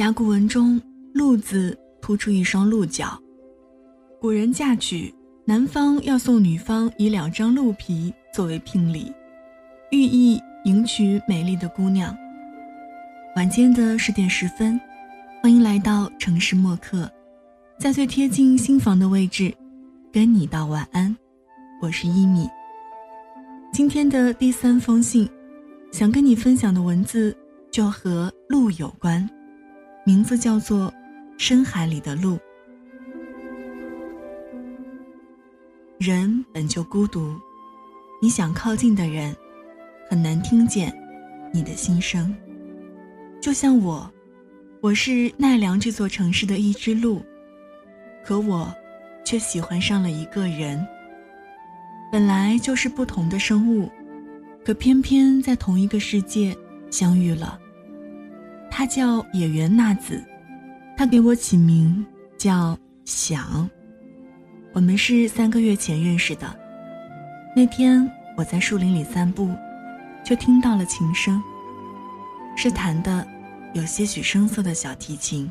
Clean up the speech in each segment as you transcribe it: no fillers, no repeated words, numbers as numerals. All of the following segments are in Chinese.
甲骨文中鹿字突出一双鹿角，古人嫁娶，男方要送女方以2张鹿皮作为聘礼，寓意迎娶美丽的姑娘。晚间的10点10分，欢迎来到城市默客，在最贴近心房的位置跟你道晚安，我是一米。今天的第3封信，想跟你分享的文字就和鹿有关，名字叫做深海里的鹿。人本就孤独，你想靠近的人很难听见你的心声。就像我是奈良这座城市的一只鹿，可我却喜欢上了一个人。本来就是不同的生物，可偏偏在同一个世界相遇了。他叫野原娜子，他给我起名叫想。我们是3个月前认识的。那天我在树林里散步，就听到了琴声，是弹的有些许生涩的小提琴。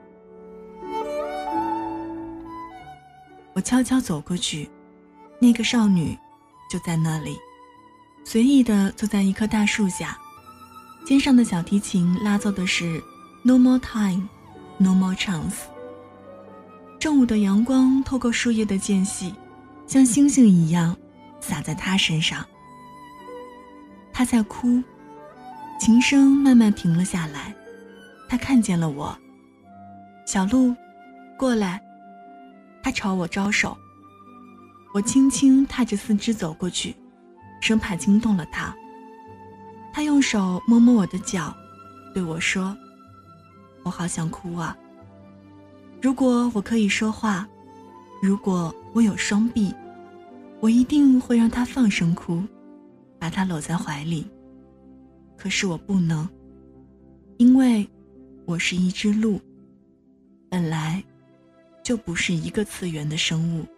我悄悄走过去，那个少女就在那里，随意地坐在一棵大树下，肩上的小提琴拉奏的是 No More Time, No More Chance。 正午的阳光透过树叶的间隙，像星星一样洒在她身上。她在哭，琴声慢慢停了下来。她看见了我，小鹿，过来。她朝我招手，我轻轻踏着4肢走过去，生怕惊动了她。她用手摸摸我的脚，对我说：我好想哭啊。如果我可以说话，如果我有双臂，我一定会让她放声哭，把她搂在怀里。可是我不能，因为我是一只鹿，本来就不是一个次元的生物。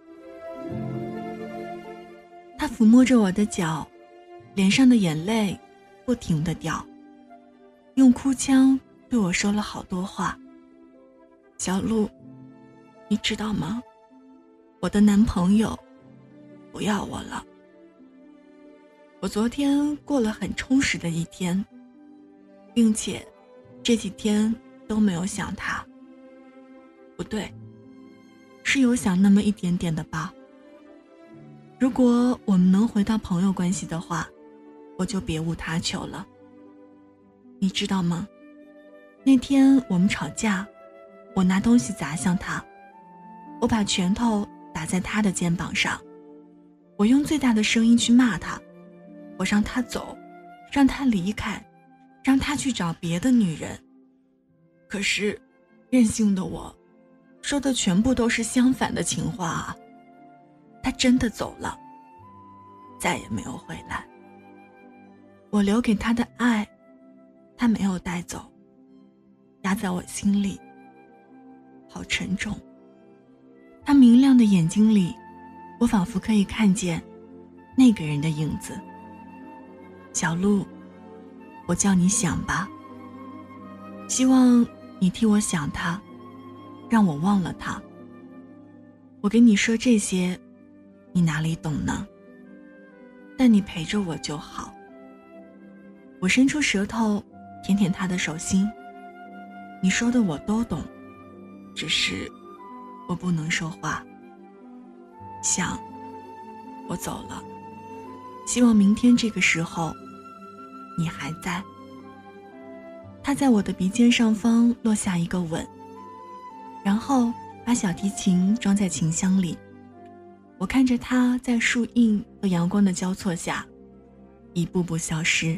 他抚摸着我的脚，脸上的眼泪不停地掉，用哭腔对我说了好多话。小鹿，你知道吗？我的男朋友不要我了。我昨天过了很充实的一天，并且这几天都没有想他。不对，是有想那么一点点的吧。如果我们能回到朋友关系的话，我就别无他求了。你知道吗？那天我们吵架，我拿东西砸向他，我把拳头打在他的肩膀上，我用最大的声音去骂他，我让他走，让他离开，让他去找别的女人。可是任性的我说的全部都是相反的情话啊。他真的走了，再也没有回来。我留给他的爱，他没有带走，压在我心里，好沉重。他明亮的眼睛里，我仿佛可以看见那个人的影子。小鹿，我叫你想吧，希望你替我想他，让我忘了他。我给你说这些，你哪里懂呢？但你陪着我就好。我伸出舌头舔舔他的手心，你说的我都懂，只是我不能说话。想，我走了，希望明天这个时候你还在。他在我的鼻尖上方落下一个吻，然后把小提琴装在琴箱里。我看着他在树荫和阳光的交错下一步步消失。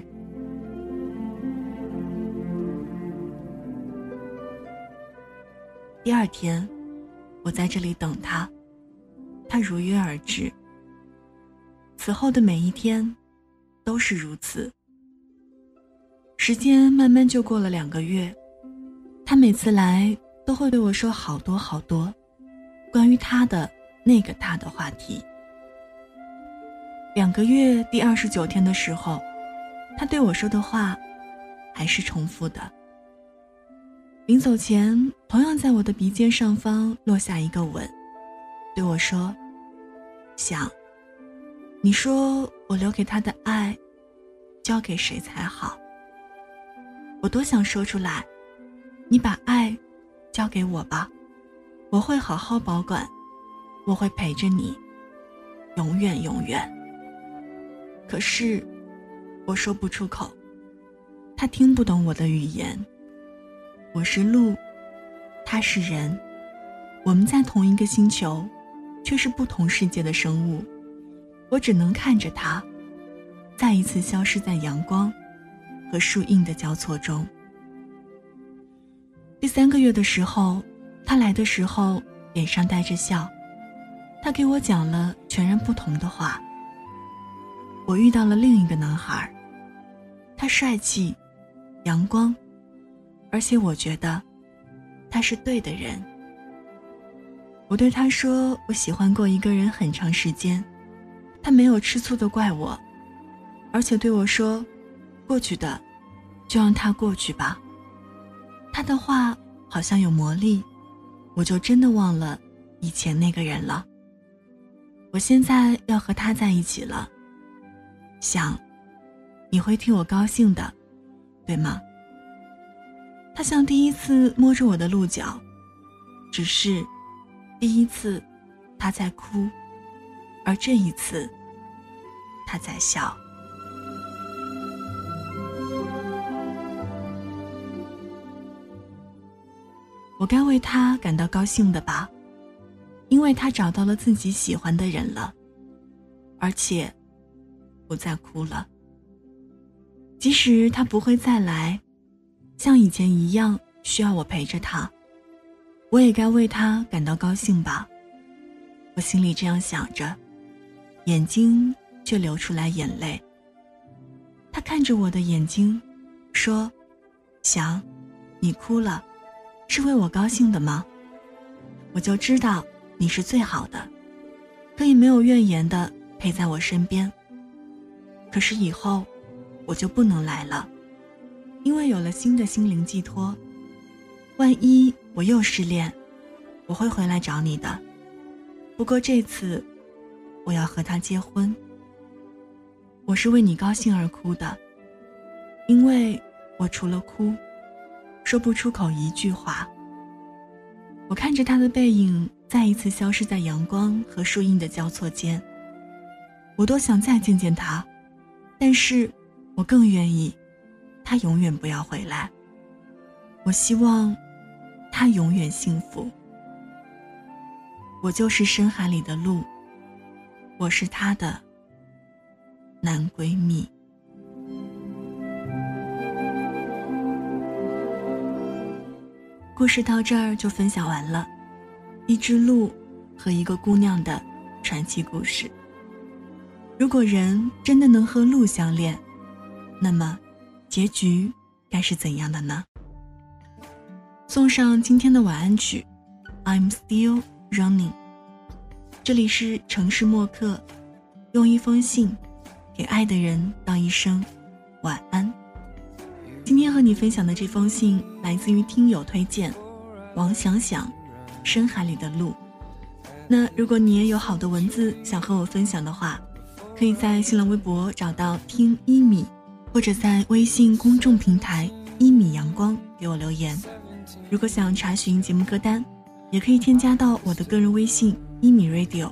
第2天，我在这里等他，他如约而至。此后的每一天都是如此。时间慢慢就过了2个月，他每次来都会对我说好多好多关于他的那个他的话题。2个月第29天的时候，他对我说的话还是重复的。 临走前同样在我的鼻尖上方落下一个吻，对我说，想，你说我留给他的爱交给谁才好。我多想说出来，你把爱交给我吧，我会好好保管，我会陪着你永远永远。可是我说不出口，他听不懂我的语言。我是鹿，他是人，我们在同一个星球，却是不同世界的生物。我只能看着他再一次消失在阳光和树荫的交错中。第3个月的时候，他来的时候脸上带着笑，他给我讲了全然不同的话。我遇到了另一个男孩，他帅气阳光，而且我觉得他是对的人。我对他说，我喜欢过一个人很长时间，他没有吃醋地怪我，而且对我说，过去的就让它过去吧。他的话好像有魔力，我就真的忘了以前那个人了。我现在要和他在一起了，想你会替我高兴的，对吗？他像第一次摸着我的鹿角，只是第一次他在哭，而这一次他在笑。我该为他感到高兴的吧，因为他找到了自己喜欢的人了，而且不再哭了。即使他不会再来，像以前一样需要我陪着他，我也该为他感到高兴吧。我心里这样想着，眼睛却流出来眼泪。他看着我的眼睛说，想，你哭了是为我高兴的吗？我就知道你是最好的，可以没有怨言的陪在我身边。可是以后我就不能来了，因为有了新的心灵寄托。万一我又失恋，我会回来找你的。不过这次我要和他结婚。我是为你高兴而哭的，因为我除了哭说不出口一句话。我看着他的背影再一次消失在阳光和树荫的交错间，我多想再见见他，但是我更愿意他永远不要回来。我希望他永远幸福。我就是深海里的鹿，我是他的男闺蜜。故事到这儿就分享完了，一只鹿和一个姑娘的传奇故事。如果人真的能和鹿相恋，那么结局该是怎样的呢？送上今天的晚安曲 I'm Still Running。 这里是城市默客，用一封信给爱的人道一声晚安。今天和你分享的这封信来自于听友推荐王想想，深海里的鹿。那如果你也有好的文字想和我分享的话，可以在新浪微博找到听一米，或者在微信公众平台一米阳光给我留言。如果想查询节目歌单，也可以添加到我的个人微信一米 radio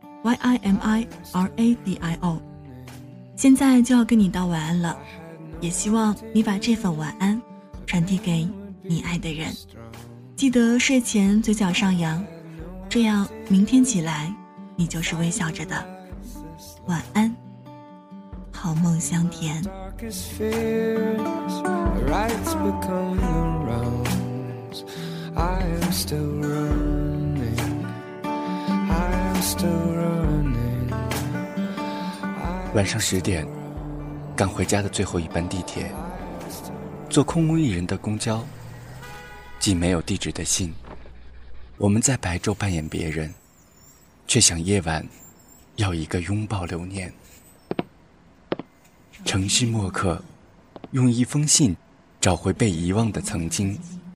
YIMIRADIO。 现在就要跟你道晚安了，也希望你把这份晚安传递给你爱的人。记得睡前嘴角上扬，这样明天起来你就是微笑着的。晚安，好梦香甜。 晚上10点，赶回家的最后一班地铁，坐空无一人的公交，寄没有地址的信。我们在白昼扮演别人，却想夜晚要一个拥抱留念。城市默客，用一封信找回被遗忘的曾经。